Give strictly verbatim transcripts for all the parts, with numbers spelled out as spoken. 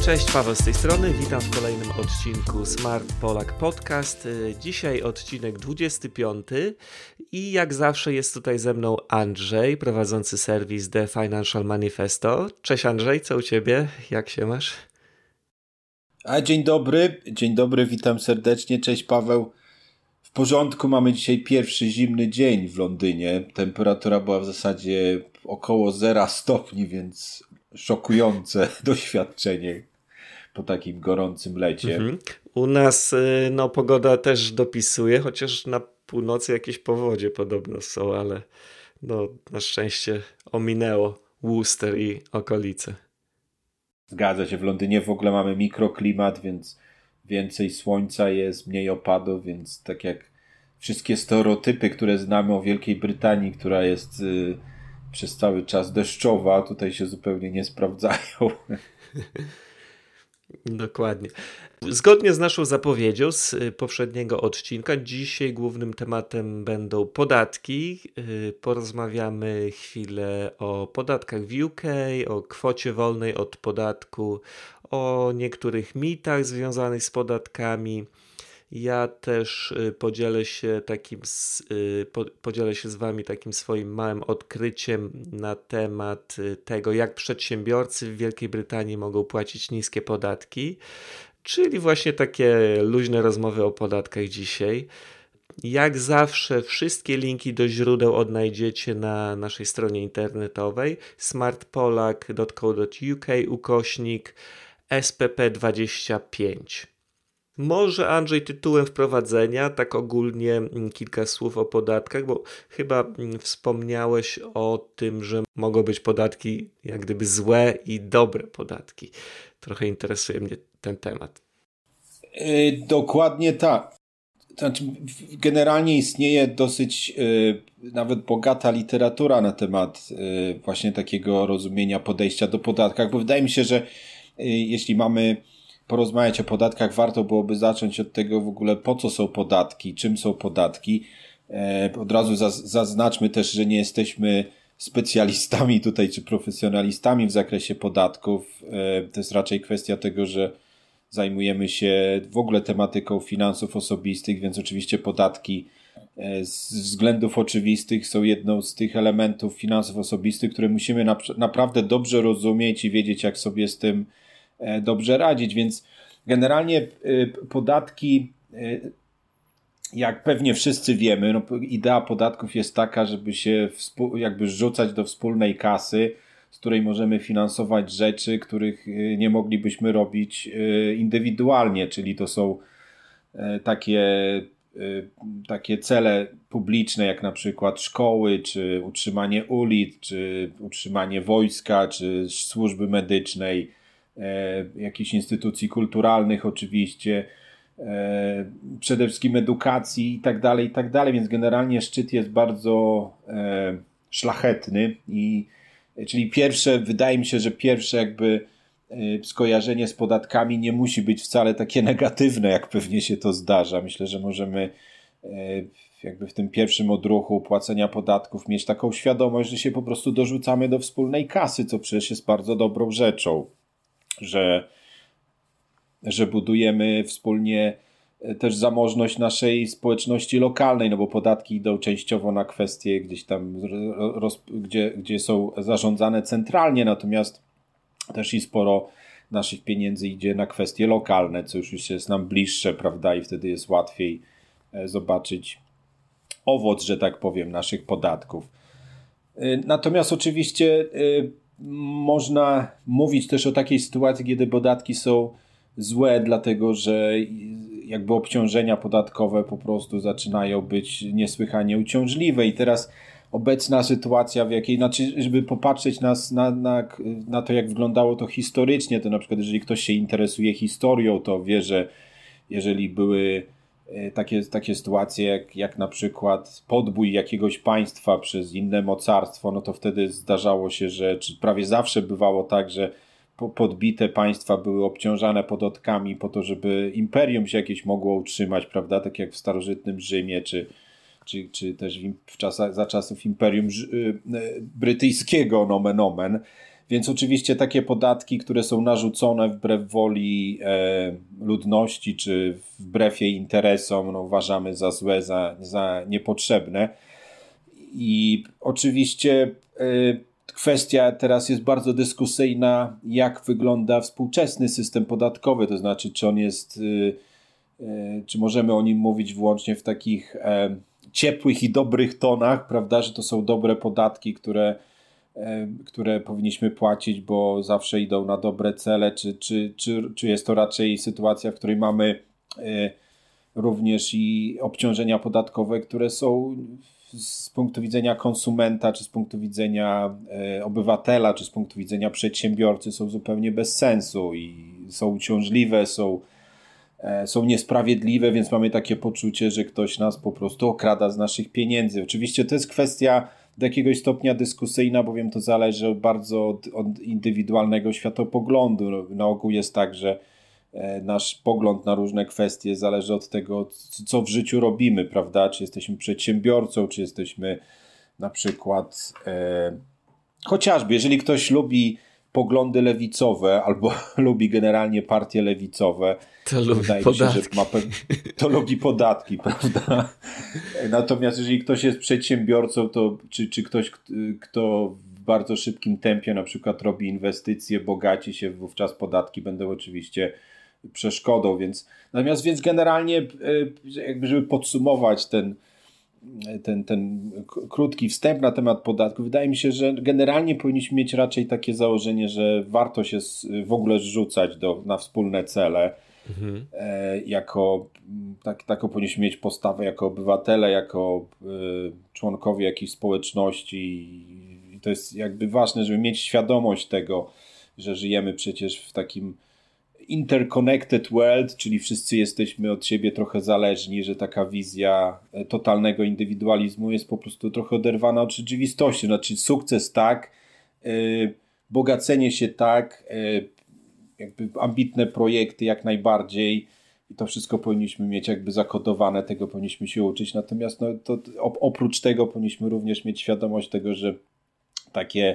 Cześć, Paweł z tej strony, witam w kolejnym odcinku Smart Polak Podcast. Dzisiaj odcinek dwudziesty piąty i jak zawsze jest tutaj ze mną Andrzej, prowadzący serwis The Financial Manifesto. Cześć Andrzej, co u Ciebie? Jak się masz? A dzień dobry, dzień dobry, witam serdecznie, cześć Paweł. W porządku, mamy dzisiaj pierwszy zimny dzień w Londynie. Temperatura była w zasadzie około zera stopni, więc szokujące doświadczenie po takim gorącym lecie. Mhm. U nas no, pogoda też dopisuje, chociaż na północy jakieś powodzie podobno są, ale no, na szczęście ominęło Worcester i okolice. Zgadza się, w Londynie w ogóle mamy mikroklimat, więc więcej słońca jest, mniej opadów, więc tak jak wszystkie stereotypy, które znamy o Wielkiej Brytanii, która jest y, przez cały czas deszczowa, tutaj się zupełnie nie sprawdzają. Dokładnie. Zgodnie z naszą zapowiedzią z poprzedniego odcinka, dzisiaj głównym tematem będą podatki. Porozmawiamy chwilę o podatkach w U K, o kwocie wolnej od podatku, o niektórych mitach związanych z podatkami. Ja też podzielę się takim, podzielę się z Wami takim swoim małym odkryciem na temat tego, jak przedsiębiorcy w Wielkiej Brytanii mogą płacić niskie podatki, czyli właśnie takie luźne rozmowy o podatkach dzisiaj. Jak zawsze wszystkie linki do źródeł odnajdziecie na naszej stronie internetowej smartpolak kropka co kropka uk ukośnik S P P dwadzieścia pięć. Może Andrzej tytułem wprowadzenia, tak ogólnie kilka słów o podatkach, bo chyba wspomniałeś o tym, że mogą być podatki jak gdyby złe i dobre podatki. Trochę interesuje mnie ten temat. Yy, dokładnie tak. Znaczy, generalnie istnieje dosyć yy, nawet bogata literatura na temat yy, właśnie takiego rozumienia podejścia do podatkach, bo wydaje mi się, że yy, jeśli mamy porozmawiać o podatkach, warto byłoby zacząć od tego w ogóle, po co są podatki, czym są podatki. E, od razu zaz- zaznaczmy też, że nie jesteśmy specjalistami tutaj, czy profesjonalistami w zakresie podatków. E, to jest raczej kwestia tego, że zajmujemy się w ogóle tematyką finansów osobistych, więc oczywiście podatki e, z względów oczywistych są jedną z tych elementów finansów osobistych, które musimy na- naprawdę dobrze rozumieć i wiedzieć, jak sobie z tym dobrze radzić, więc generalnie podatki, jak pewnie wszyscy wiemy, no, idea podatków jest taka, żeby się współ, jakby rzucać do wspólnej kasy, z której możemy finansować rzeczy, których nie moglibyśmy robić indywidualnie, czyli to są takie, takie cele publiczne, jak na przykład szkoły, czy utrzymanie ulic, czy utrzymanie wojska, czy służby medycznej, E, jakichś instytucji kulturalnych oczywiście, e, przede wszystkim edukacji i tak dalej, i tak dalej, więc generalnie szczyt jest bardzo e, szlachetny i czyli pierwsze, wydaje mi się, że pierwsze jakby e, skojarzenie z podatkami nie musi być wcale takie negatywne, jak pewnie się to zdarza. Myślę, że możemy e, jakby w tym pierwszym odruchu płacenia podatków mieć taką świadomość, że się po prostu dorzucamy do wspólnej kasy, co przecież jest bardzo dobrą rzeczą. Że, że budujemy wspólnie też zamożność naszej społeczności lokalnej, no bo podatki idą częściowo na kwestie gdzieś tam, roz, gdzie, gdzie są zarządzane centralnie, natomiast też i sporo naszych pieniędzy idzie na kwestie lokalne, co już, już jest nam bliższe, prawda, i wtedy jest łatwiej zobaczyć owoc, że tak powiem, naszych podatków. Natomiast oczywiście można mówić też o takiej sytuacji, kiedy podatki są złe, dlatego że jakby obciążenia podatkowe po prostu zaczynają być niesłychanie uciążliwe i teraz obecna sytuacja, w jakiej, znaczy, żeby popatrzeć na, na, na, na to, jak wyglądało to historycznie, to na przykład jeżeli ktoś się interesuje historią, to wie, że jeżeli były Takie, takie sytuacje jak, jak na przykład podbój jakiegoś państwa przez inne mocarstwo, no to wtedy zdarzało się, że czy prawie zawsze bywało tak, że podbite państwa były obciążane podatkami po to, żeby imperium się jakieś mogło utrzymać, prawda, tak jak w starożytnym Rzymie, czy, czy, czy też w, w czasach, za czasów Imperium Brytyjskiego, nomen omen. Więc oczywiście takie podatki, które są narzucone wbrew woli e, ludności, czy wbrew jej interesom, no, uważamy za złe, za, za niepotrzebne. I oczywiście e, kwestia teraz jest bardzo dyskusyjna, jak wygląda współczesny system podatkowy, to znaczy, czy on jest, e, e, czy możemy o nim mówić wyłącznie w takich e, ciepłych i dobrych tonach, prawda, że to są dobre podatki, które które powinniśmy płacić, bo zawsze idą na dobre cele, czy, czy, czy, czy jest to raczej sytuacja, w której mamy również i obciążenia podatkowe, które są z punktu widzenia konsumenta, czy z punktu widzenia obywatela, czy z punktu widzenia przedsiębiorcy są zupełnie bez sensu i są uciążliwe, są, są niesprawiedliwe, więc mamy takie poczucie, że ktoś nas po prostu okrada z naszych pieniędzy. Oczywiście to jest kwestia do jakiegoś stopnia dyskusyjna, bowiem to zależy bardzo od, od indywidualnego światopoglądu. Na ogół jest tak, że nasz pogląd na różne kwestie zależy od tego, co w życiu robimy, prawda? Czy jesteśmy przedsiębiorcą, czy jesteśmy na przykład e, chociażby, jeżeli ktoś lubi poglądy lewicowe albo lubi generalnie partie lewicowe, to lubi podatki. Się, że ma pe... to lubi podatki, prawda? Natomiast jeżeli ktoś jest przedsiębiorcą, to czy, czy ktoś, kto w bardzo szybkim tempie na przykład robi inwestycje, bogaci się, wówczas podatki będą oczywiście przeszkodą, więc natomiast więc generalnie jakby żeby podsumować ten Ten, ten krótki wstęp na temat podatku, wydaje mi się, że generalnie powinniśmy mieć raczej takie założenie, że warto się w ogóle zrzucać do, na wspólne cele. Mhm. E, jako, tak, taką powinniśmy mieć postawę jako obywatele, jako y, członkowie jakiejś społeczności i to jest jakby ważne, żeby mieć świadomość tego, że żyjemy przecież w takim interconnected world, czyli wszyscy jesteśmy od siebie trochę zależni, że taka wizja totalnego indywidualizmu jest po prostu trochę oderwana od rzeczywistości. Znaczy sukces tak, yy, bogacenie się tak, yy, jakby ambitne projekty jak najbardziej i to wszystko powinniśmy mieć jakby zakodowane, tego powinniśmy się uczyć. Natomiast no, to, oprócz tego powinniśmy również mieć świadomość tego, że takie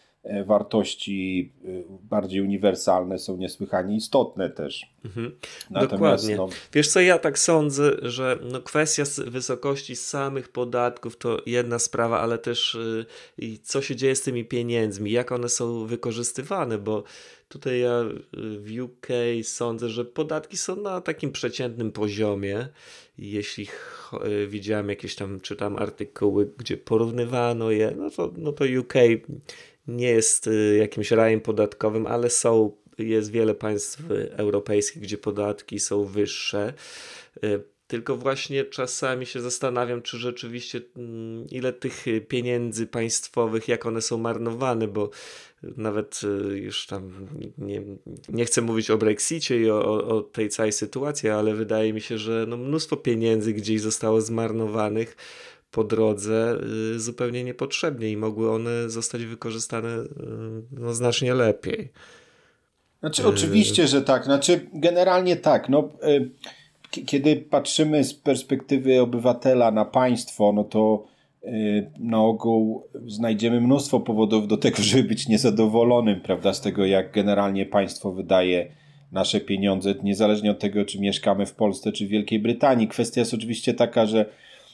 wartości bardziej uniwersalne są niesłychanie istotne też. Mhm. Natomiast, dokładnie. No... Wiesz co, ja tak sądzę, że no kwestia wysokości samych podatków to jedna sprawa, ale też yy, co się dzieje z tymi pieniędzmi, jak one są wykorzystywane, bo tutaj ja w U K sądzę, że podatki są na takim przeciętnym poziomie. Jeśli ch- widziałem jakieś tam, czytam artykuły, gdzie porównywano je, no to, no to U K nie jest jakimś rajem podatkowym, ale są, jest wiele państw europejskich, gdzie podatki są wyższe. Tylko właśnie czasami się zastanawiam, czy rzeczywiście ile tych pieniędzy państwowych, jak one są marnowane, bo nawet już tam nie, nie chcę mówić o Brexicie i o, o tej całej sytuacji, ale wydaje mi się, że no mnóstwo pieniędzy gdzieś zostało zmarnowanych po drodze y, zupełnie niepotrzebnie i mogły one zostać wykorzystane y, no, znacznie lepiej. Znaczy, y... oczywiście, że tak. Znaczy, generalnie tak. No, y, k- kiedy patrzymy z perspektywy obywatela na państwo, no to y, na ogół znajdziemy mnóstwo powodów do tego, żeby być niezadowolonym, prawda, z tego, jak generalnie państwo wydaje nasze pieniądze, niezależnie od tego, czy mieszkamy w Polsce, czy w Wielkiej Brytanii. Kwestia jest oczywiście taka, że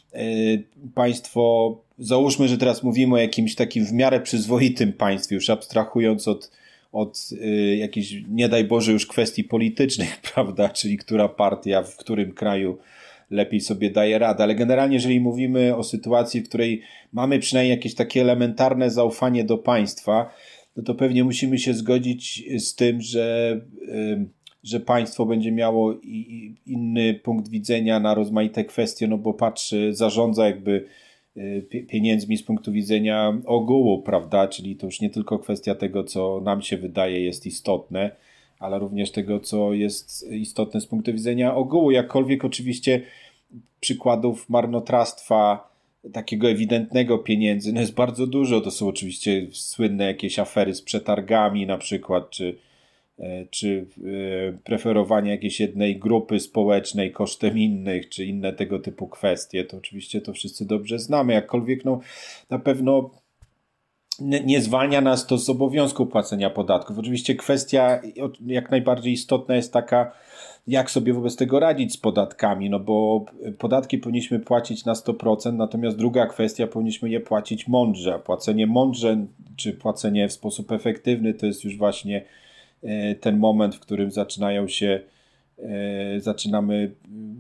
państwo, załóżmy, że teraz mówimy o jakimś takim w miarę przyzwoitym państwie, już abstrahując od, od y, jakichś, nie daj Boże, już kwestii politycznych, prawda, czyli która partia w którym kraju lepiej sobie daje radę, ale generalnie jeżeli mówimy o sytuacji, w której mamy przynajmniej jakieś takie elementarne zaufanie do państwa, no to pewnie musimy się zgodzić z tym, że y, że państwo będzie miało i, inny punkt widzenia na rozmaite kwestie, no bo patrzy, zarządza jakby pieniędzmi z punktu widzenia ogółu, prawda, czyli to już nie tylko kwestia tego, co nam się wydaje jest istotne, ale również tego, co jest istotne z punktu widzenia ogółu, jakkolwiek oczywiście przykładów marnotrawstwa takiego ewidentnego pieniędzy, no jest bardzo dużo, to są oczywiście słynne jakieś afery z przetargami na przykład, czy czy preferowanie jakiejś jednej grupy społecznej kosztem innych, czy inne tego typu kwestie, to oczywiście to wszyscy dobrze znamy, jakkolwiek no na pewno nie, nie zwalnia nas to z obowiązku płacenia podatków. Oczywiście kwestia jak najbardziej istotna jest taka, jak sobie wobec tego radzić z podatkami, no bo podatki powinniśmy płacić na sto procent, natomiast druga kwestia, powinniśmy je płacić mądrze. A płacenie mądrze, czy płacenie w sposób efektywny, to jest już właśnie ten moment, w którym zaczynają się, zaczynamy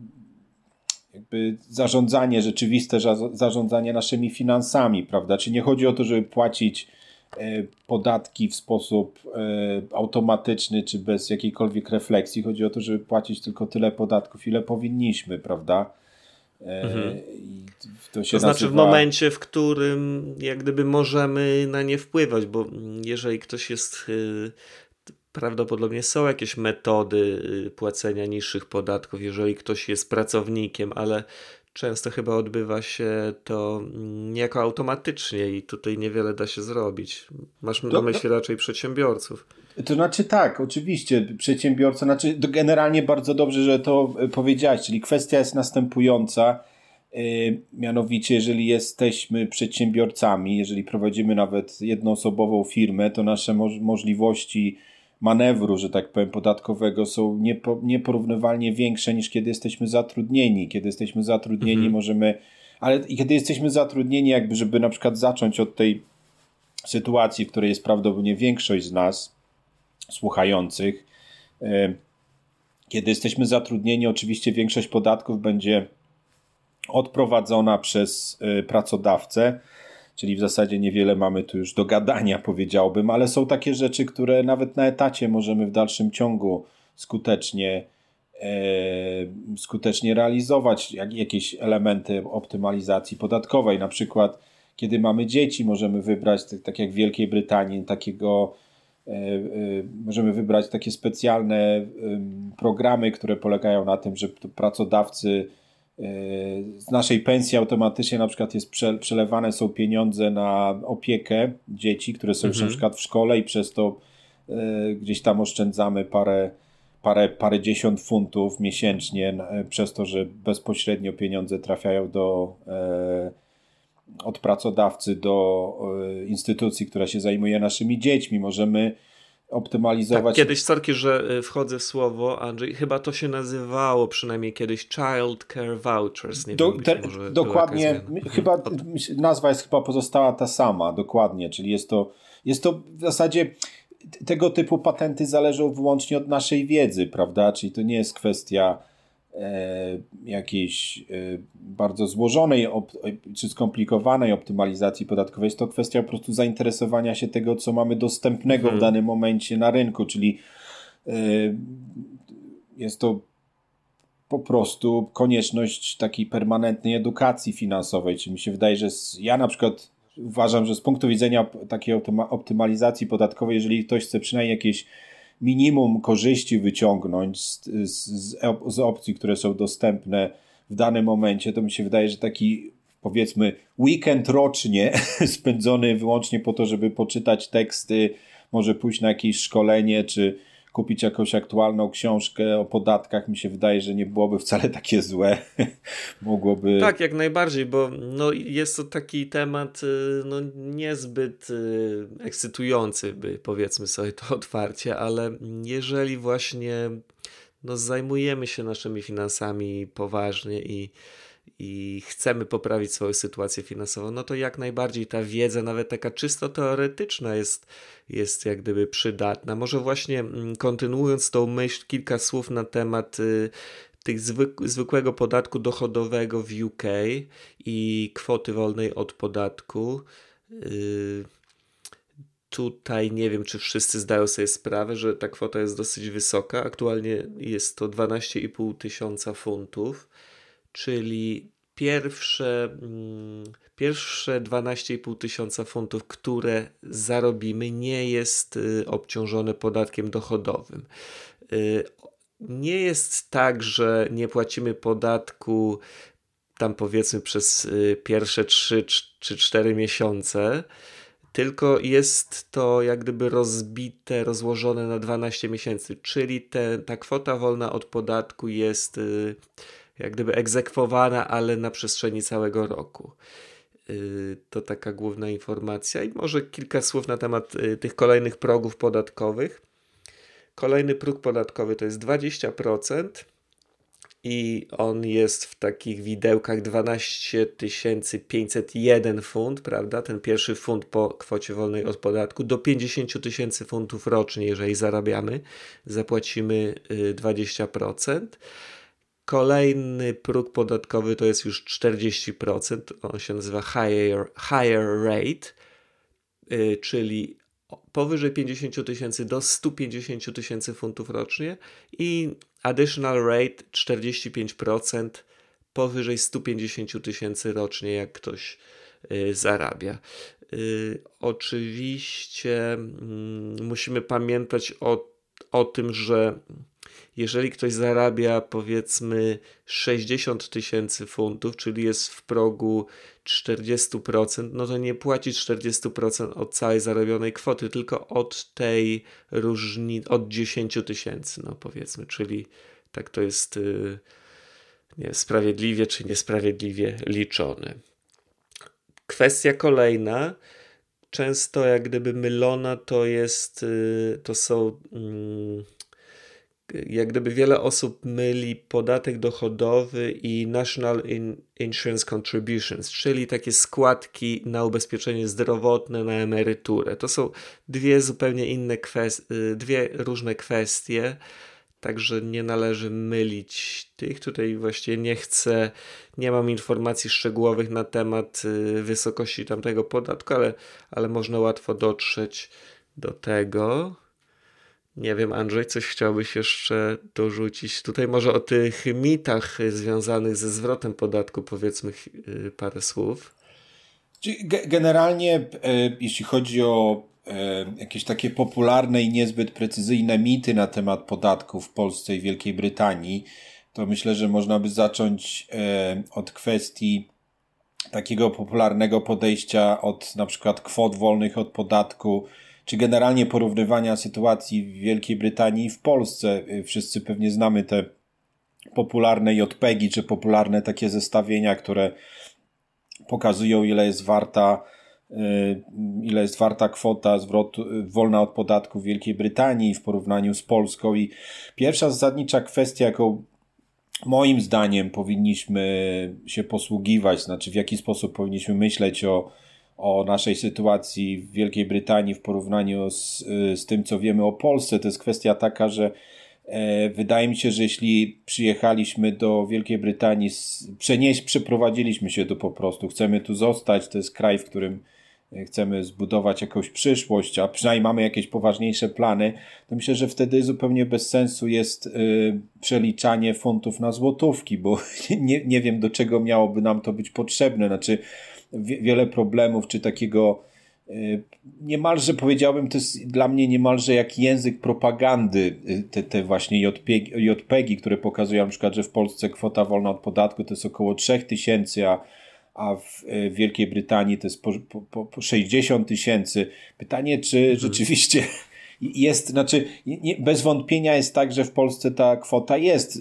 jakby zarządzanie, rzeczywiste zarządzanie naszymi finansami, prawda? Czyli nie chodzi o to, żeby płacić podatki w sposób automatyczny, czy bez jakiejkolwiek refleksji. Chodzi o to, żeby płacić tylko tyle podatków, ile powinniśmy, prawda? Mhm. I to się to znaczy nazywa... w momencie, w którym jak gdyby możemy na nie wpływać, bo jeżeli ktoś jest... Prawdopodobnie są jakieś metody płacenia niższych podatków, jeżeli ktoś jest pracownikiem, ale często chyba odbywa się to niejako automatycznie i tutaj niewiele da się zrobić. Masz na myśli raczej przedsiębiorców. To znaczy tak, oczywiście, przedsiębiorca, znaczy generalnie bardzo dobrze, że to powiedziałeś, czyli kwestia jest następująca, yy, mianowicie jeżeli jesteśmy przedsiębiorcami, jeżeli prowadzimy nawet jednoosobową firmę, to nasze mo- możliwości manewru, że tak powiem, podatkowego są niepo, nieporównywalnie większe niż kiedy jesteśmy zatrudnieni. Kiedy jesteśmy zatrudnieni mhm. możemy, ale i kiedy jesteśmy zatrudnieni jakby, żeby na przykład zacząć od tej sytuacji, w której jest prawdopodobnie większość z nas słuchających, kiedy jesteśmy zatrudnieni, oczywiście większość podatków będzie odprowadzona przez pracodawcę, czyli w zasadzie niewiele mamy tu już do gadania, powiedziałbym, ale są takie rzeczy, które nawet na etacie możemy w dalszym ciągu skutecznie, e, skutecznie realizować, jak, jakieś elementy optymalizacji podatkowej. Na przykład, kiedy mamy dzieci, możemy wybrać, tak jak w Wielkiej Brytanii, takiego, e, e, możemy wybrać takie specjalne e, programy, które polegają na tym, że pracodawcy z naszej pensji automatycznie na przykład jest prze, przelewane są pieniądze na opiekę dzieci, które są już na przykład w szkole i przez to y, gdzieś tam oszczędzamy parę, parę, parę dziesiąt funtów miesięcznie y, przez to, że bezpośrednio pieniądze trafiają do y, od pracodawcy do y, instytucji, która się zajmuje naszymi dziećmi. Możemy optymalizować... Tak, kiedyś, sorki, że wchodzę w słowo, Andrzej, chyba to się nazywało przynajmniej kiedyś Child Care Vouchers, nie Do, wiem, te, może dokładnie, chyba Od... nazwa jest chyba pozostała ta sama, dokładnie, czyli jest to, jest to w zasadzie tego typu patenty zależą wyłącznie od naszej wiedzy, prawda, czyli to nie jest kwestia e, jakiejś e, bardzo złożonej op, czy skomplikowanej optymalizacji podatkowej, jest to kwestia po prostu zainteresowania się tego, co mamy dostępnego hmm. w danym momencie na rynku, czyli e, jest to po prostu konieczność takiej permanentnej edukacji finansowej, czyli mi się wydaje, że z, ja na przykład uważam, że z punktu widzenia takiej optymalizacji podatkowej, jeżeli ktoś chce przynajmniej jakieś minimum korzyści wyciągnąć z, z, z opcji, które są dostępne w danym momencie, to mi się wydaje, że taki powiedzmy weekend rocznie spędzony wyłącznie po to, żeby poczytać teksty, może pójść na jakieś szkolenie, czy kupić jakąś aktualną książkę o podatkach, mi się wydaje, że nie byłoby wcale takie złe. Mogłoby... Tak, jak najbardziej, bo no, jest to taki temat no, niezbyt y, ekscytujący, by powiedzmy sobie to otwarcie, ale jeżeli właśnie no, zajmujemy się naszymi finansami poważnie i i chcemy poprawić swoją sytuację finansową, no to jak najbardziej ta wiedza, nawet taka czysto teoretyczna jest, jest jak gdyby przydatna. Może właśnie kontynuując tą myśl, kilka słów na temat y, tych zwyk- zwykłego podatku dochodowego w U K i kwoty wolnej od podatku. Y, Tutaj nie wiem, czy wszyscy zdają sobie sprawę, że ta kwota jest dosyć wysoka. Aktualnie jest to dwanaście i pół tysiąca funtów. Czyli pierwsze, pierwsze dwanaście i pół tysiąca funtów, które zarobimy, nie jest obciążone podatkiem dochodowym. Nie jest tak, że nie płacimy podatku tam powiedzmy przez pierwsze trzy czy cztery miesiące, tylko jest to jak gdyby rozbite, rozłożone na dwanaście miesięcy, czyli te, ta kwota wolna od podatku jest jak gdyby egzekwowana, ale na przestrzeni całego roku. To taka główna informacja i może kilka słów na temat tych kolejnych progów podatkowych. Kolejny próg podatkowy to jest dwadzieścia procent i on jest w takich widełkach dwanaście tysięcy pięćset jeden funt, prawda? Ten pierwszy funt po kwocie wolnej od podatku do pięćdziesiąt tysięcy funtów rocznie, jeżeli zarabiamy, zapłacimy dwadzieścia procent. Kolejny próg podatkowy to jest już czterdzieści procent, on się nazywa higher, higher rate, yy, czyli powyżej pięćdziesiąt tysięcy do sto pięćdziesiąt tysięcy funtów rocznie i additional rate czterdzieści pięć procent powyżej sto pięćdziesiąt tysięcy rocznie, jak ktoś yy, zarabia. Yy, oczywiście yy, musimy pamiętać o, o tym, że jeżeli ktoś zarabia powiedzmy sześćdziesiąt tysięcy funtów, czyli jest w progu czterdzieści procent, no to nie płaci czterdzieści procent od całej zarobionej kwoty, tylko od tej różnicy, od dziesięć tysięcy, no powiedzmy, czyli tak to jest yy, nie, sprawiedliwie czy niesprawiedliwie liczone. Kwestia kolejna, często jak gdyby mylona, to jest, yy, to są... Yy, jak gdyby wiele osób myli podatek dochodowy i National Insurance Contributions, czyli takie składki na ubezpieczenie zdrowotne, na emeryturę. To są dwie zupełnie inne kwestie, dwie różne kwestie, także nie należy mylić tych. Tutaj właściwie nie chcę, nie mam informacji szczegółowych na temat wysokości tamtego podatku, ale, ale można łatwo dotrzeć do tego. Nie wiem, Andrzej, coś chciałbyś jeszcze dorzucić? Tutaj może o tych mitach związanych ze zwrotem podatku powiedzmy parę słów. Generalnie jeśli chodzi o jakieś takie popularne i niezbyt precyzyjne mity na temat podatków w Polsce i Wielkiej Brytanii, to myślę, że można by zacząć od kwestii takiego popularnego podejścia od na przykład kwot wolnych od podatku, czy generalnie porównywania sytuacji w Wielkiej Brytanii i w Polsce. Wszyscy pewnie znamy te popularne J P G, czy popularne takie zestawienia, które pokazują, ile jest warta, ile jest warta kwota zwrotu, wolna od podatku w Wielkiej Brytanii w porównaniu z Polską. I pierwsza zasadnicza kwestia, jaką moim zdaniem powinniśmy się posługiwać, znaczy w jaki sposób powinniśmy myśleć o o naszej sytuacji w Wielkiej Brytanii w porównaniu z, z tym, co wiemy o Polsce, to jest kwestia taka, że e, wydaje mi się, że jeśli przyjechaliśmy do Wielkiej Brytanii, przenieść, przeprowadziliśmy się tu po prostu, chcemy tu zostać, to jest kraj, w którym chcemy zbudować jakąś przyszłość, a przynajmniej mamy jakieś poważniejsze plany, to myślę, że wtedy zupełnie bez sensu jest y, przeliczanie funtów na złotówki, bo nie, nie wiem, do czego miałoby nam to być potrzebne. Znaczy wiele problemów, czy takiego niemalże powiedziałbym, to jest dla mnie niemalże jak język propagandy, te, te właśnie J P G, które pokazują na przykład, że w Polsce kwota wolna od podatku to jest około trzy tysiące, a, a w Wielkiej Brytanii to jest po, po, po sześćdziesiąt tysięcy. Pytanie, czy mhm. rzeczywiście jest, znaczy nie, bez wątpienia jest tak, że w Polsce ta kwota jest,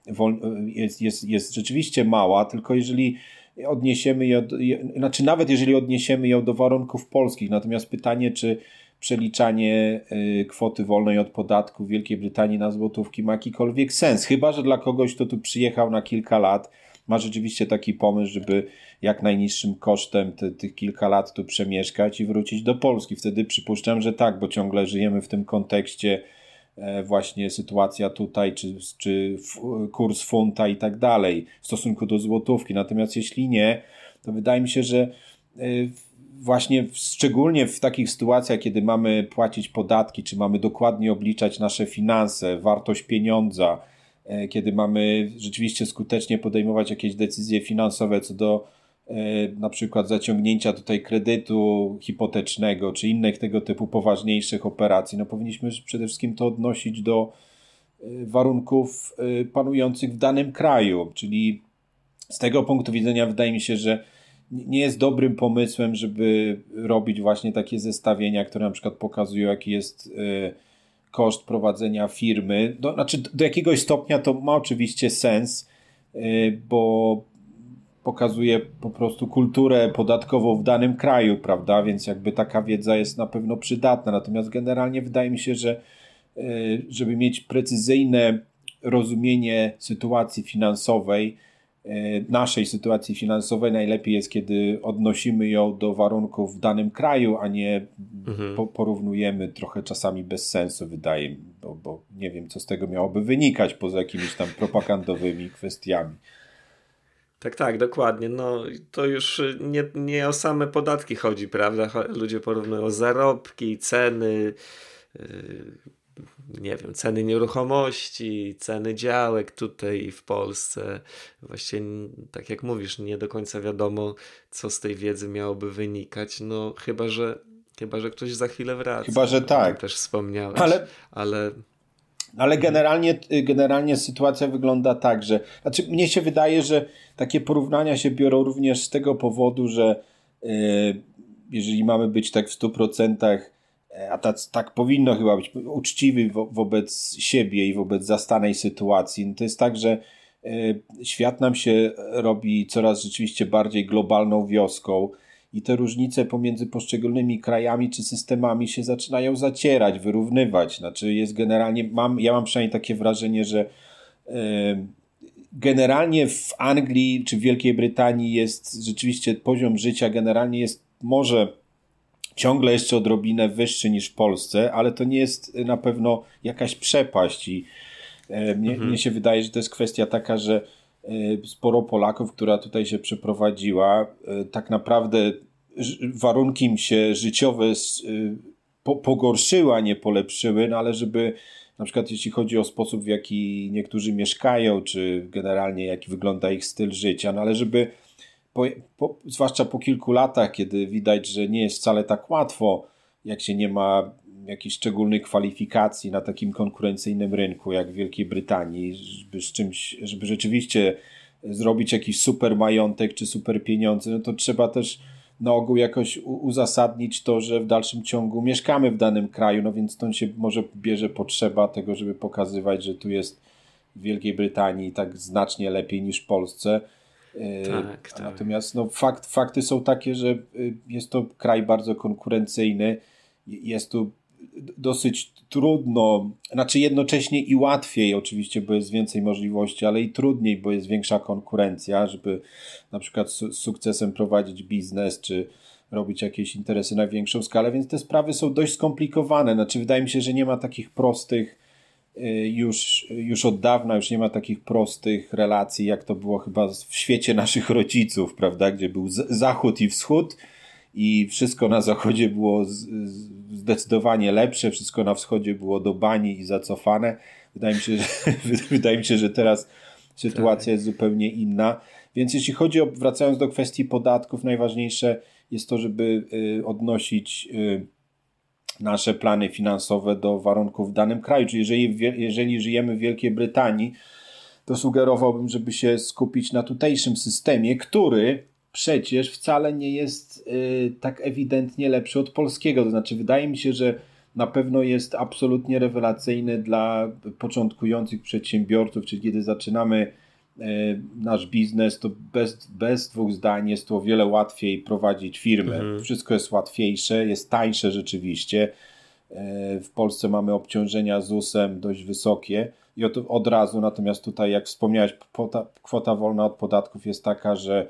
jest, jest, jest rzeczywiście mała, tylko jeżeli odniesiemy ją, znaczy nawet jeżeli odniesiemy ją do warunków polskich, natomiast pytanie, czy przeliczanie kwoty wolnej od podatku w Wielkiej Brytanii na złotówki ma jakikolwiek sens, chyba że dla kogoś, kto tu przyjechał na kilka lat, ma rzeczywiście taki pomysł, żeby jak najniższym kosztem te, tych kilka lat tu przemieszkać i wrócić do Polski. Wtedy przypuszczam, że tak, bo ciągle żyjemy w tym kontekście właśnie sytuacja tutaj, czy, czy kurs funta i tak dalej w stosunku do złotówki. Natomiast jeśli nie, to wydaje mi się, że właśnie szczególnie w takich sytuacjach, kiedy mamy płacić podatki, czy mamy dokładnie obliczać nasze finanse, wartość pieniądza, kiedy mamy rzeczywiście skutecznie podejmować jakieś decyzje finansowe co do na przykład zaciągnięcia tutaj kredytu hipotecznego, czy innych tego typu poważniejszych operacji, no powinniśmy przede wszystkim to odnosić do warunków panujących w danym kraju, czyli z tego punktu widzenia wydaje mi się, że nie jest dobrym pomysłem, żeby robić właśnie takie zestawienia, które na przykład pokazują, jaki jest koszt prowadzenia firmy. Do, znaczy do jakiegoś stopnia to ma oczywiście sens, bo pokazuje po prostu kulturę podatkową w danym kraju, prawda? Więc jakby taka wiedza jest na pewno przydatna. Natomiast generalnie wydaje mi się, że żeby mieć precyzyjne rozumienie sytuacji finansowej, naszej sytuacji finansowej, najlepiej jest, kiedy odnosimy ją do warunków w danym kraju, a nie mhm. po, porównujemy trochę czasami bez sensu, wydaje mi, bo, bo nie wiem, co z tego miałoby wynikać poza jakimiś tam propagandowymi kwestiami. Tak, tak, dokładnie. No to już nie, nie o same podatki chodzi, prawda? Ludzie porównują zarobki, ceny, yy, nie wiem, ceny nieruchomości, ceny działek tutaj w Polsce. Właściwie, tak jak mówisz, nie do końca wiadomo, co z tej wiedzy miałoby wynikać. No chyba, że chyba, że ktoś za chwilę wraca. Chyba, że tak. też wspomniałeś. Ale... ale... Ale generalnie, generalnie sytuacja wygląda tak, że znaczy mnie się wydaje, że takie porównania się biorą również z tego powodu, że yy, jeżeli mamy być tak w stu procentach, a tak, tak powinno chyba być, uczciwy wo, wobec siebie i wobec zastanej sytuacji, no to jest tak, że yy, świat nam się robi coraz rzeczywiście bardziej globalną wioską i te różnice pomiędzy poszczególnymi krajami czy systemami się zaczynają zacierać, wyrównywać. Znaczy jest generalnie, mam, ja mam przynajmniej takie wrażenie, że yy, generalnie w Anglii czy w Wielkiej Brytanii jest rzeczywiście poziom życia generalnie jest może ciągle jeszcze odrobinę wyższy niż w Polsce, ale to nie jest na pewno jakaś przepaść i yy, mnie, mhm. mnie się wydaje, że to jest kwestia taka, że sporo Polaków, która tutaj się przeprowadziła, tak naprawdę warunki im się życiowe pogorszyły, a nie polepszyły, no ale żeby na przykład jeśli chodzi o sposób, w jaki niektórzy mieszkają, czy generalnie jaki wygląda ich styl życia, no ale żeby po, po, zwłaszcza po kilku latach, kiedy widać, że nie jest wcale tak łatwo, jak się nie ma jakichś szczególnych kwalifikacji na takim konkurencyjnym rynku jak w Wielkiej Brytanii, żeby z czymś, żeby rzeczywiście zrobić jakiś super majątek czy super pieniądze, no to trzeba też na ogół jakoś uzasadnić to, że w dalszym ciągu mieszkamy w danym kraju, no więc stąd się może bierze potrzeba tego, żeby pokazywać, że tu jest w Wielkiej Brytanii tak znacznie lepiej niż w Polsce. Tak, tak. Natomiast no, fakt, fakty są takie, że jest to kraj bardzo konkurencyjny, jest tu dosyć trudno, znaczy jednocześnie i łatwiej oczywiście, bo jest więcej możliwości, ale i trudniej, bo jest większa konkurencja, żeby na przykład z sukcesem prowadzić biznes, czy robić jakieś interesy na większą skalę, więc te sprawy są dość skomplikowane. Znaczy wydaje mi się, że nie ma takich prostych już, już od dawna, już nie ma takich prostych relacji, jak to było chyba w świecie naszych rodziców, prawda, gdzie był zachód i wschód i wszystko na zachodzie było z, z, zdecydowanie lepsze, wszystko na wschodzie było do bani i zacofane. Wydaje mi się, że, wydaje mi się, że teraz sytuacja tak. jest zupełnie inna. Więc jeśli chodzi o, wracając do kwestii podatków, najważniejsze jest to, żeby y, odnosić y, nasze plany finansowe do warunków w danym kraju. Czyli jeżeli, jeżeli żyjemy w Wielkiej Brytanii, to sugerowałbym, żeby się skupić na tutejszym systemie, który przecież wcale nie jest y, tak ewidentnie lepszy od polskiego. To znaczy wydaje mi się, że na pewno jest absolutnie rewelacyjny dla początkujących przedsiębiorców, czyli kiedy zaczynamy y, nasz biznes, to bez, bez dwóch zdań jest to o wiele łatwiej prowadzić firmę. Mhm. Wszystko jest łatwiejsze, jest tańsze rzeczywiście. Y, w Polsce mamy obciążenia z zusem dość wysokie i od, od razu, natomiast tutaj jak wspomniałeś, kwota, kwota wolna od podatków jest taka, że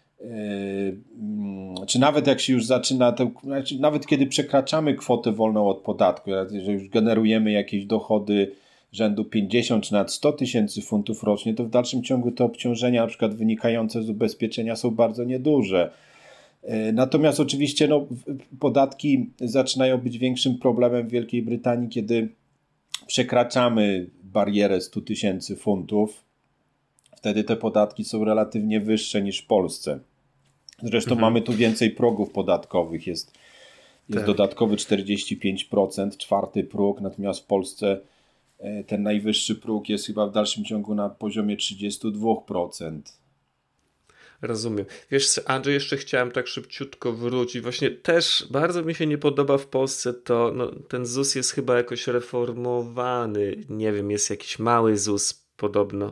Yy, czy nawet jak się już zaczyna, to, znaczy nawet kiedy przekraczamy kwotę wolną od podatku, że już generujemy jakieś dochody rzędu pięćdziesiąt czy nawet sto tysięcy funtów rocznie, to w dalszym ciągu te obciążenia na przykład wynikające z ubezpieczenia są bardzo nieduże. Yy, natomiast oczywiście no, podatki zaczynają być większym problemem w Wielkiej Brytanii, kiedy przekraczamy barierę sto tysięcy funtów. Wtedy te podatki są relatywnie wyższe niż w Polsce. Zresztą mhm. mamy tu więcej progów podatkowych. Jest, jest tak. dodatkowy czterdzieści pięć procent, czwarty próg, natomiast w Polsce ten najwyższy próg jest chyba w dalszym ciągu na poziomie trzydzieści dwa procent. Rozumiem. Wiesz, Andrzej, jeszcze chciałem tak szybciutko wrócić. Właśnie też bardzo mi się nie podoba w Polsce to, no, ten ZUS jest chyba jakoś reformowany. Nie wiem, jest jakiś mały ZUS podobno,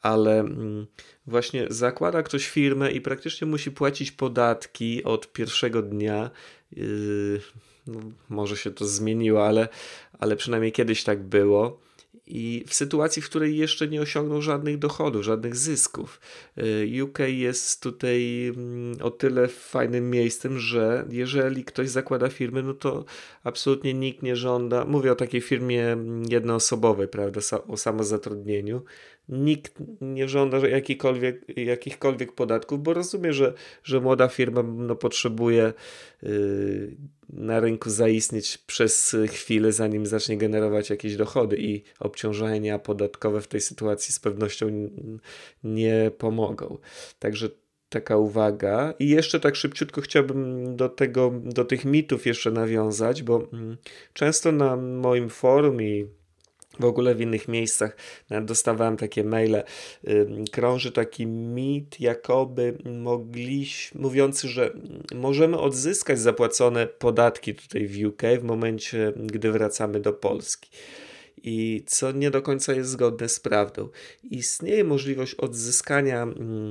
ale właśnie zakłada ktoś firmę i praktycznie musi płacić podatki od pierwszego dnia. Yy, no, może się to zmieniło, ale, ale przynajmniej kiedyś tak było. I w sytuacji, w której jeszcze nie osiągnął żadnych dochodów, żadnych zysków. U K jest tutaj o tyle fajnym miejscem, że jeżeli ktoś zakłada firmę, no to absolutnie nikt nie żąda, mówię o takiej firmie jednoosobowej, prawda, o samozatrudnieniu, nikt nie żąda jakichkolwiek, jakichkolwiek podatków, bo rozumie, że, że młoda firma no, potrzebuje yy, na rynku zaistnieć przez chwilę, zanim zacznie generować jakieś dochody i obciążenia podatkowe w tej sytuacji z pewnością nie pomogą. Także taka uwaga. I jeszcze tak szybciutko chciałbym do tego, do tych mitów jeszcze nawiązać, bo często na moim forum i w ogóle w innych miejscach nawet dostawałem takie maile, krąży taki mit, jakoby mogliśmy, mówiący, że możemy odzyskać zapłacone podatki tutaj w U K w momencie, gdy wracamy do Polski. I co nie do końca jest zgodne z prawdą. Istnieje możliwość odzyskania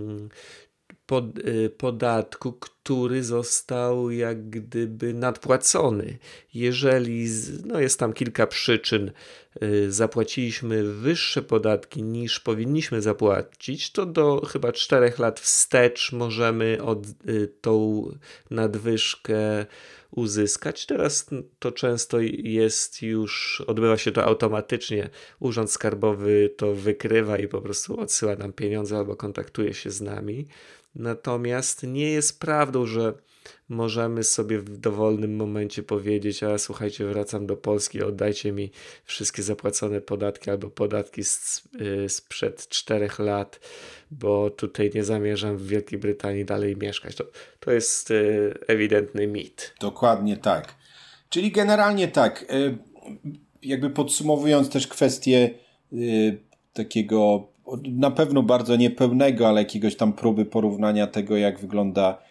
pod, podatku, który został jak gdyby nadpłacony. Jeżeli, no jest tam kilka przyczyn, zapłaciliśmy wyższe podatki niż powinniśmy zapłacić, to do chyba czterech lat wstecz możemy od, tą nadwyżkę uzyskać. Teraz to często jest już, odbywa się to automatycznie. Urząd Skarbowy to wykrywa i po prostu odsyła nam pieniądze albo kontaktuje się z nami. Natomiast nie jest prawdą, że możemy sobie w dowolnym momencie powiedzieć: a słuchajcie, wracam do Polski, oddajcie mi wszystkie zapłacone podatki albo podatki z, yy, sprzed czterech lat, bo tutaj nie zamierzam w Wielkiej Brytanii dalej mieszkać. To, to jest yy, ewidentny mit. Dokładnie tak. Czyli generalnie tak, yy, jakby podsumowując też kwestię yy, takiego na pewno bardzo niepełnego, ale jakiegoś tam próby porównania tego, jak wygląda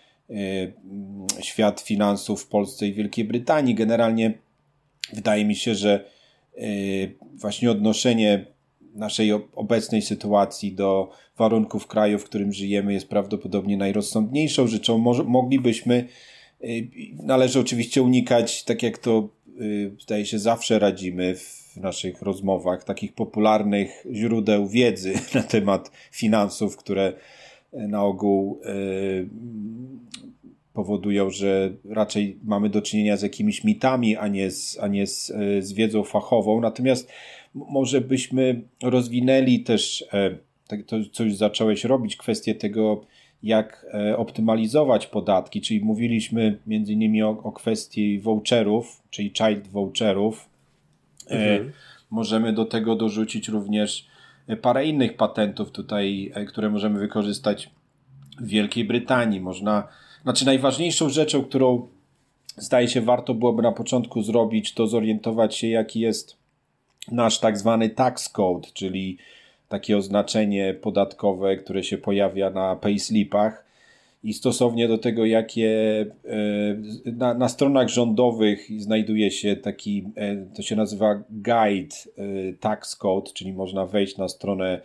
świat finansów w Polsce i Wielkiej Brytanii. Generalnie wydaje mi się, że właśnie odnoszenie naszej obecnej sytuacji do warunków kraju, w którym żyjemy, jest prawdopodobnie najrozsądniejszą rzeczą. Może, moglibyśmy, należy oczywiście unikać, tak jak to zdaje się zawsze radzimy w naszych rozmowach, takich popularnych źródeł wiedzy na temat finansów, które na ogół y, powodują, że raczej mamy do czynienia z jakimiś mitami, a nie z, a nie z, z wiedzą fachową. Natomiast może byśmy rozwinęli też e, to, co już zacząłeś robić, kwestię tego, jak e, optymalizować podatki, czyli mówiliśmy między innymi o, o kwestii voucherów, czyli child voucherów. Mhm. E, możemy do tego dorzucić również parę innych patentów tutaj, które możemy wykorzystać w Wielkiej Brytanii. Można, znaczy najważniejszą rzeczą, którą zdaje się warto byłoby na początku zrobić, to zorientować się, jaki jest nasz tak zwany tax code, czyli takie oznaczenie podatkowe, które się pojawia na payslipach i stosownie do tego, jakie na, na stronach rządowych znajduje się taki, to się nazywa guide tax code, czyli można wejść na stronę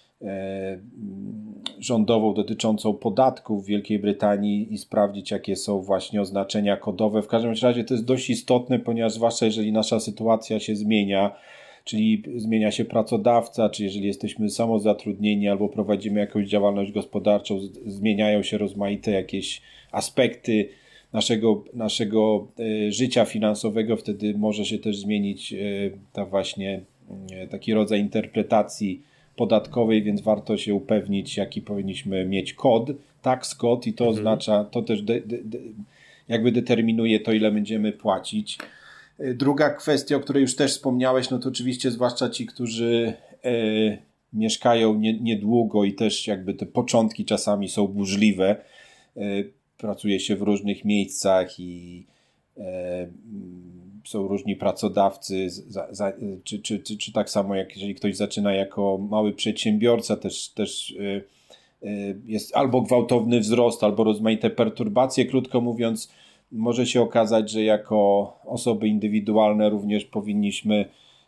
rządową dotyczącą podatków w Wielkiej Brytanii i sprawdzić, jakie są właśnie oznaczenia kodowe. W każdym razie to jest dość istotne, ponieważ zwłaszcza jeżeli nasza sytuacja się zmienia, czyli zmienia się pracodawca, czy jeżeli jesteśmy samozatrudnieni albo prowadzimy jakąś działalność gospodarczą, z- zmieniają się rozmaite jakieś aspekty naszego, naszego e, życia finansowego, wtedy może się też zmienić e, ta właśnie e, taki rodzaj interpretacji podatkowej, więc warto się upewnić, jaki powinniśmy mieć kod, tax code, i to mhm. oznacza, to też de, de, de, jakby determinuje to, ile będziemy płacić. Druga kwestia, o której już też wspomniałeś, no to oczywiście zwłaszcza ci, którzy e, mieszkają nie, niedługo i też jakby te początki czasami są burzliwe. E, pracuje się w różnych miejscach i e, są różni pracodawcy, za, za, czy, czy, czy, czy tak samo jak jeżeli ktoś zaczyna jako mały przedsiębiorca, też, też e, e, jest albo gwałtowny wzrost, albo rozmaite perturbacje. Krótko mówiąc, może się okazać, że jako osoby indywidualne również powinniśmy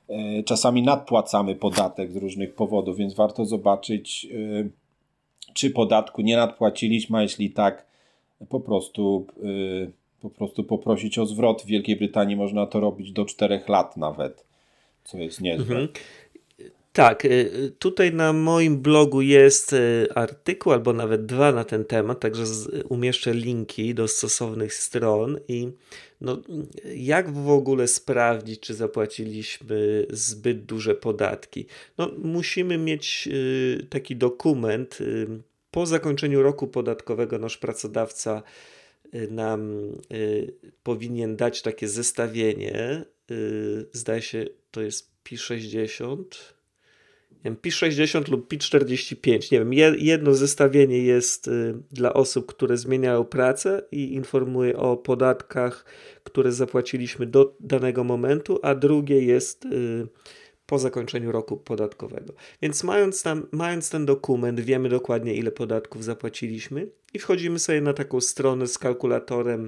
czasami nadpłacamy podatek z różnych powodów, więc warto zobaczyć, czy podatku nie nadpłaciliśmy, a jeśli tak, po prostu, po prostu poprosić o zwrot. W Wielkiej Brytanii można to robić do czterech lat nawet, co jest niezłe. Mhm. Tak, tutaj na moim blogu jest artykuł albo nawet dwa na ten temat, także umieszczę linki do stosownych stron i no, jak w ogóle sprawdzić, czy zapłaciliśmy zbyt duże podatki. No, musimy mieć taki dokument. Po zakończeniu roku podatkowego nasz pracodawca nam powinien dać takie zestawienie. Zdaje się, to jest P sześćdziesiąt. P sześćdziesiąt lub P czterdzieści pięć, nie wiem, jedno zestawienie jest dla osób, które zmieniają pracę i informuje o podatkach, które zapłaciliśmy do danego momentu, a drugie jest po zakończeniu roku podatkowego. Więc mając, tam, mając ten dokument, wiemy dokładnie, ile podatków zapłaciliśmy i wchodzimy sobie na taką stronę z kalkulatorem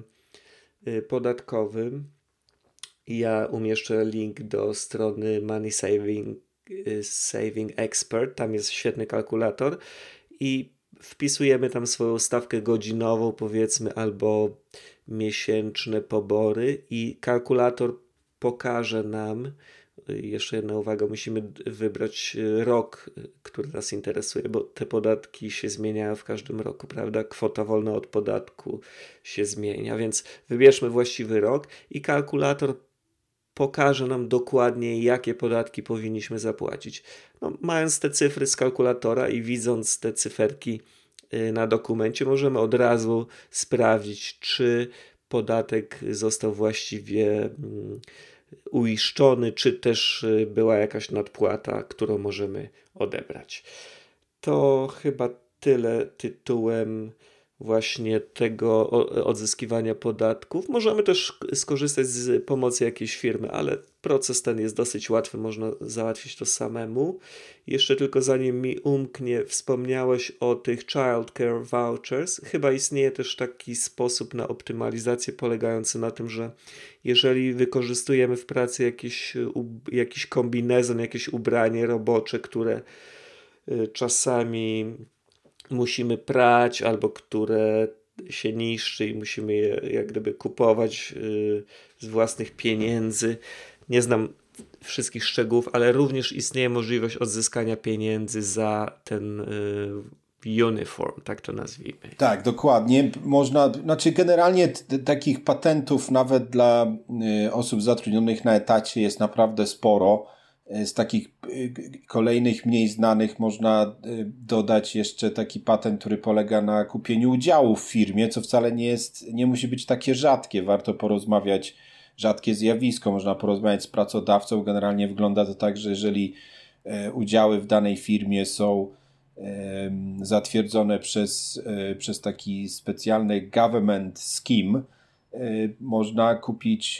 podatkowym. Ja umieszczę link do strony Money Saving Saving Expert, tam jest świetny kalkulator i wpisujemy tam swoją stawkę godzinową, powiedzmy, albo miesięczne pobory i kalkulator pokaże nam, jeszcze jedna uwaga, musimy wybrać rok, który nas interesuje, bo te podatki się zmieniają w każdym roku, prawda? Kwota wolna od podatku się zmienia, więc wybierzmy właściwy rok i kalkulator pokaże nam dokładnie, jakie podatki powinniśmy zapłacić. No, mając te cyfry z kalkulatora i widząc te cyferki na dokumencie, możemy od razu sprawdzić, czy podatek został właściwie uiszczony, czy też była jakaś nadpłata, którą możemy odebrać. To chyba tyle tytułem właśnie tego odzyskiwania podatków. Możemy też skorzystać z pomocy jakiejś firmy, ale proces ten jest dosyć łatwy, można załatwić to samemu. Jeszcze tylko zanim mi umknie, wspomniałeś o tych childcare vouchers. Chyba istnieje też taki sposób na optymalizację polegający na tym, że jeżeli wykorzystujemy w pracy jakiś, jakiś kombinezon, jakieś ubranie robocze, które czasami musimy prać, albo które się niszczy i musimy je jak gdyby kupować yy, z własnych pieniędzy. Nie znam wszystkich szczegółów, ale również istnieje możliwość odzyskania pieniędzy za ten yy, uniform, tak to nazwijmy. Tak, dokładnie. Można, znaczy generalnie t- takich patentów nawet dla y, osób zatrudnionych na etacie jest naprawdę sporo. Z takich kolejnych mniej znanych można dodać jeszcze taki patent, który polega na kupieniu udziału w firmie, co wcale nie jest, nie musi być takie rzadkie. Warto porozmawiać, rzadkie zjawisko, można porozmawiać z pracodawcą. Generalnie wygląda to tak, że jeżeli udziały w danej firmie są zatwierdzone przez, przez taki specjalny government scheme, można kupić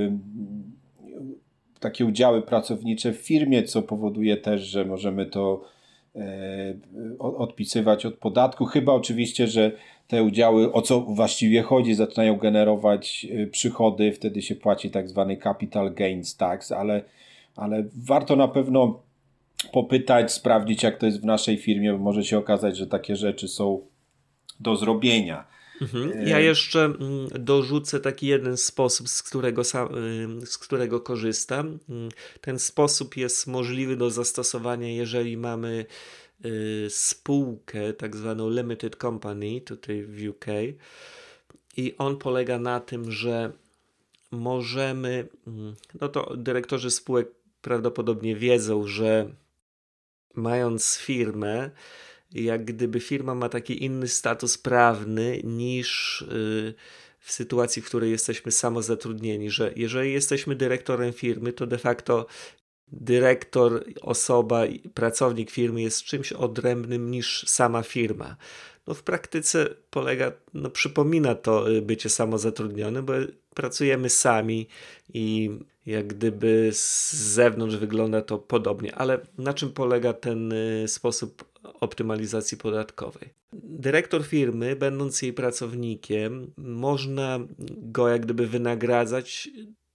takie udziały pracownicze w firmie, co powoduje też, że możemy to e, odpisywać od podatku. Chyba oczywiście, że te udziały, o co właściwie chodzi, zaczynają generować przychody, wtedy się płaci tak zwany capital gains tax, ale, ale warto na pewno popytać, sprawdzić, jak to jest w naszej firmie, bo może się okazać, że takie rzeczy są do zrobienia. Mhm. Ja jeszcze dorzucę taki jeden sposób, z którego, z którego korzystam. Ten sposób jest możliwy do zastosowania, jeżeli mamy spółkę, tak zwaną limited company, tutaj w U K. I on polega na tym, że możemy, no to dyrektorzy spółek prawdopodobnie wiedzą, że mając firmę, jak gdyby firma ma taki inny status prawny niż yy, w sytuacji, w której jesteśmy samozatrudnieni, że jeżeli jesteśmy dyrektorem firmy, to de facto dyrektor, osoba, pracownik firmy jest czymś odrębnym niż sama firma. No w praktyce polega, no przypomina to bycie samozatrudnionym, bo pracujemy sami i jak gdyby z zewnątrz wygląda to podobnie, ale na czym polega ten sposób optymalizacji podatkowej? Dyrektor firmy, będąc jej pracownikiem, można go jak gdyby wynagradzać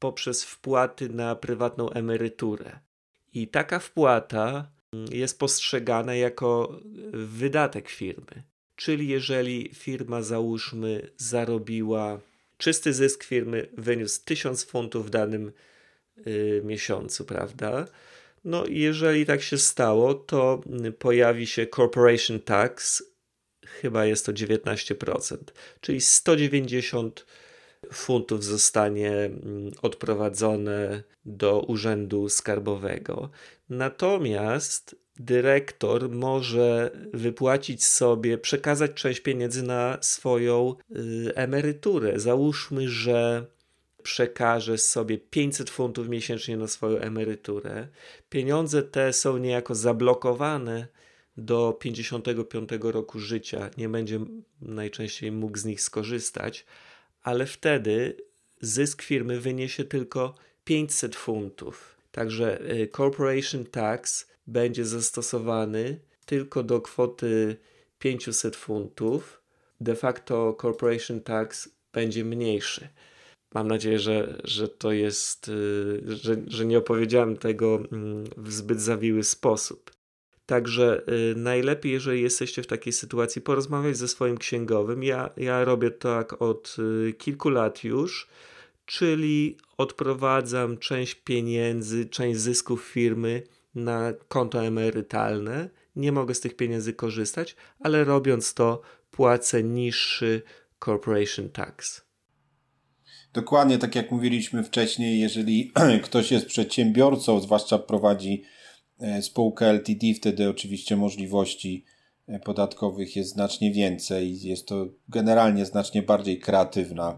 poprzez wpłaty na prywatną emeryturę. I taka wpłata jest postrzegana jako wydatek firmy. Czyli jeżeli firma, załóżmy, zarobiła, czysty zysk firmy wyniósł tysiąc funtów w danym y, miesiącu, prawda? No i jeżeli tak się stało, to pojawi się corporation tax, chyba jest to dziewiętnaście procent, czyli sto dziewięćdziesiąt funtów zostanie odprowadzone do urzędu skarbowego. Natomiast dyrektor może wypłacić sobie, przekazać część pieniędzy na swoją y, emeryturę. Załóżmy, że przekaże sobie pięćset funtów miesięcznie na swoją emeryturę. Pieniądze te są niejako zablokowane do pięćdziesiątego piątego roku życia. Nie będzie najczęściej mógł z nich skorzystać, ale wtedy zysk firmy wyniesie tylko pięćset funtów. Także corporation tax będzie zastosowany tylko do kwoty pięćset funtów. De facto corporation tax będzie mniejszy. Mam nadzieję, że, że to jest, że, że nie opowiedziałem tego w zbyt zawiły sposób. Także y, najlepiej, jeżeli jesteście w takiej sytuacji, porozmawiać ze swoim księgowym. Ja, ja robię tak od y, kilku lat już, czyli odprowadzam część pieniędzy, część zysków firmy na konto emerytalne. Nie mogę z tych pieniędzy korzystać, ale robiąc to płacę niższy corporation tax. Dokładnie tak jak mówiliśmy wcześniej, jeżeli ktoś jest przedsiębiorcą, zwłaszcza prowadzi spółkę L T D, wtedy oczywiście możliwości podatkowych jest znacznie więcej. Jest to generalnie znacznie bardziej kreatywna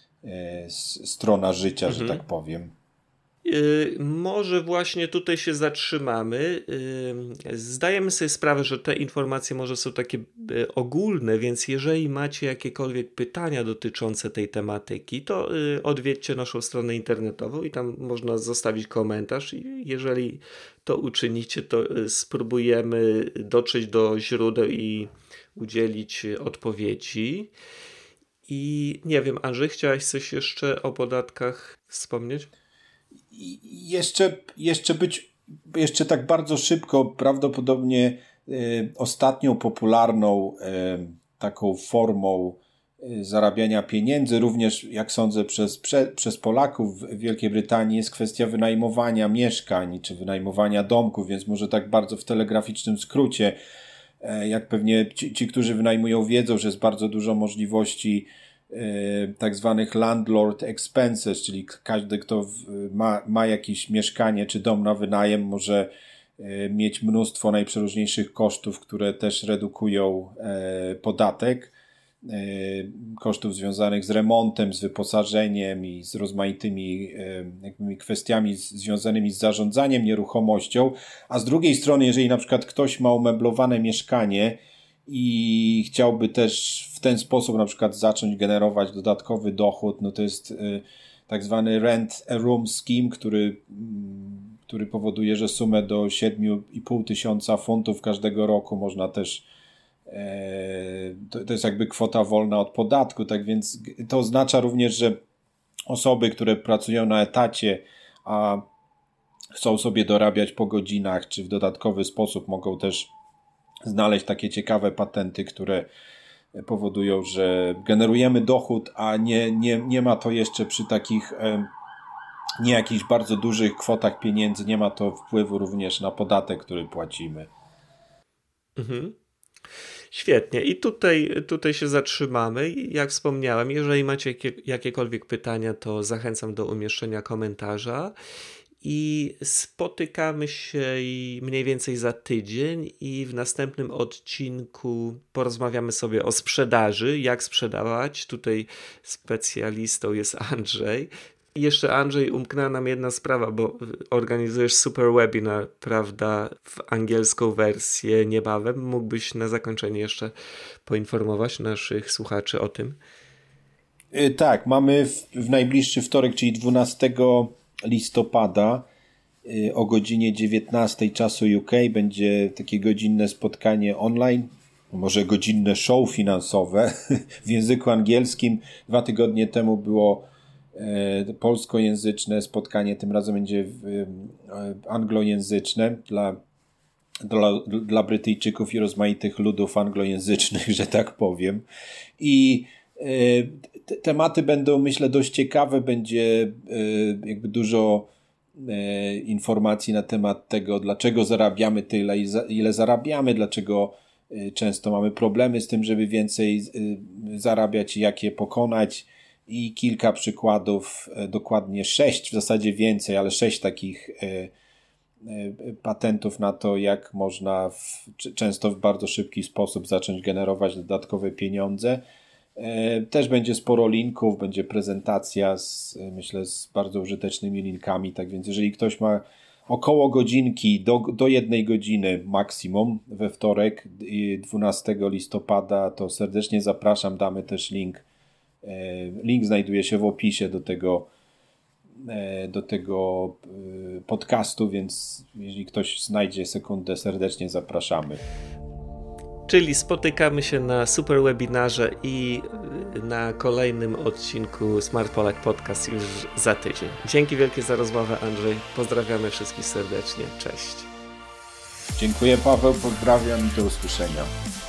strona życia, mhm. że tak powiem. Yy, może właśnie tutaj się zatrzymamy. Yy, zdajemy sobie sprawę, że te informacje może są takie yy, ogólne, więc jeżeli macie jakiekolwiek pytania dotyczące tej tematyki, to yy, odwiedźcie naszą stronę internetową i tam można zostawić komentarz. I jeżeli to uczynicie, to yy, spróbujemy dotrzeć do źródeł i udzielić odpowiedzi. I nie wiem, Andrzej, chciałeś coś jeszcze o podatkach wspomnieć? Jeszcze, jeszcze być, jeszcze tak bardzo szybko, prawdopodobnie y, ostatnią popularną y, taką formą y, zarabiania pieniędzy, również jak sądzę przez, prze, przez Polaków w Wielkiej Brytanii, jest kwestia wynajmowania mieszkań czy wynajmowania domków, więc może tak bardzo w telegraficznym skrócie, y, jak pewnie ci, ci, którzy wynajmują, wiedzą, że jest bardzo dużo możliwości tak zwanych landlord expenses, czyli każdy, kto ma, ma jakieś mieszkanie czy dom na wynajem, może mieć mnóstwo najprzeróżniejszych kosztów, które też redukują podatek. Kosztów związanych z remontem, z wyposażeniem i z rozmaitymi jakby kwestiami związanymi z zarządzaniem nieruchomością. A z drugiej strony, jeżeli na przykład ktoś ma umeblowane mieszkanie i chciałby też w ten sposób na przykład zacząć generować dodatkowy dochód, no to jest y, tak zwany rent a room scheme, który, y, który powoduje, że sumę do siedem i pół tysiąca funtów każdego roku można też, y, to, to jest jakby kwota wolna od podatku, tak więc to oznacza również, że osoby, które pracują na etacie, a chcą sobie dorabiać po godzinach, czy w dodatkowy sposób mogą też znaleźć takie ciekawe patenty, które powodują, że generujemy dochód, a nie, nie, nie ma to jeszcze przy takich nie jakichś bardzo dużych kwotach pieniędzy, nie ma to wpływu również na podatek, który płacimy. Mhm. Świetnie. I tutaj, tutaj się zatrzymamy. Jak wspomniałem, jeżeli macie jakie, jakiekolwiek pytania, to zachęcam do umieszczenia komentarza. I spotykamy się mniej więcej za tydzień i w następnym odcinku porozmawiamy sobie o sprzedaży, jak sprzedawać. Tutaj specjalistą jest Andrzej. I jeszcze Andrzej, umknęła nam jedna sprawa, bo organizujesz super webinar, prawda, w angielską wersję niebawem. Mógłbyś na zakończenie jeszcze poinformować naszych słuchaczy o tym? Yy, tak, mamy w, w najbliższy wtorek, czyli dwunastego listopada yy, o godzinie dziewiętnastej czasu U K będzie takie godzinne spotkanie online, może godzinne show finansowe w języku angielskim. Dwa tygodnie temu było polskojęzyczne spotkanie, tym razem będzie anglojęzyczne dla, dla, dla Brytyjczyków i rozmaitych ludów anglojęzycznych, że tak powiem. I te tematy będą, myślę, dość ciekawe, będzie jakby dużo informacji na temat tego, dlaczego zarabiamy tyle, ile zarabiamy, dlaczego często mamy problemy z tym, żeby więcej zarabiać i jak je pokonać. I kilka przykładów, dokładnie sześć, w zasadzie więcej, ale sześć takich patentów na to, jak można w, często w bardzo szybki sposób zacząć generować dodatkowe pieniądze. Też będzie sporo linków, będzie prezentacja z, myślę, z bardzo użytecznymi linkami, tak więc jeżeli ktoś ma około godzinki do, do jednej godziny maksimum we wtorek dwunastego listopada, to serdecznie zapraszam, damy też link. Link znajduje się w opisie do tego, do tego podcastu, więc jeżeli ktoś znajdzie sekundę, serdecznie zapraszamy. Czyli spotykamy się na super webinarze i na kolejnym odcinku Smart Polak Podcast już za tydzień. Dzięki wielkie za rozmowę, Andrzej. Pozdrawiamy wszystkich serdecznie. Cześć. Dziękuję, Paweł. Pozdrawiam i do usłyszenia.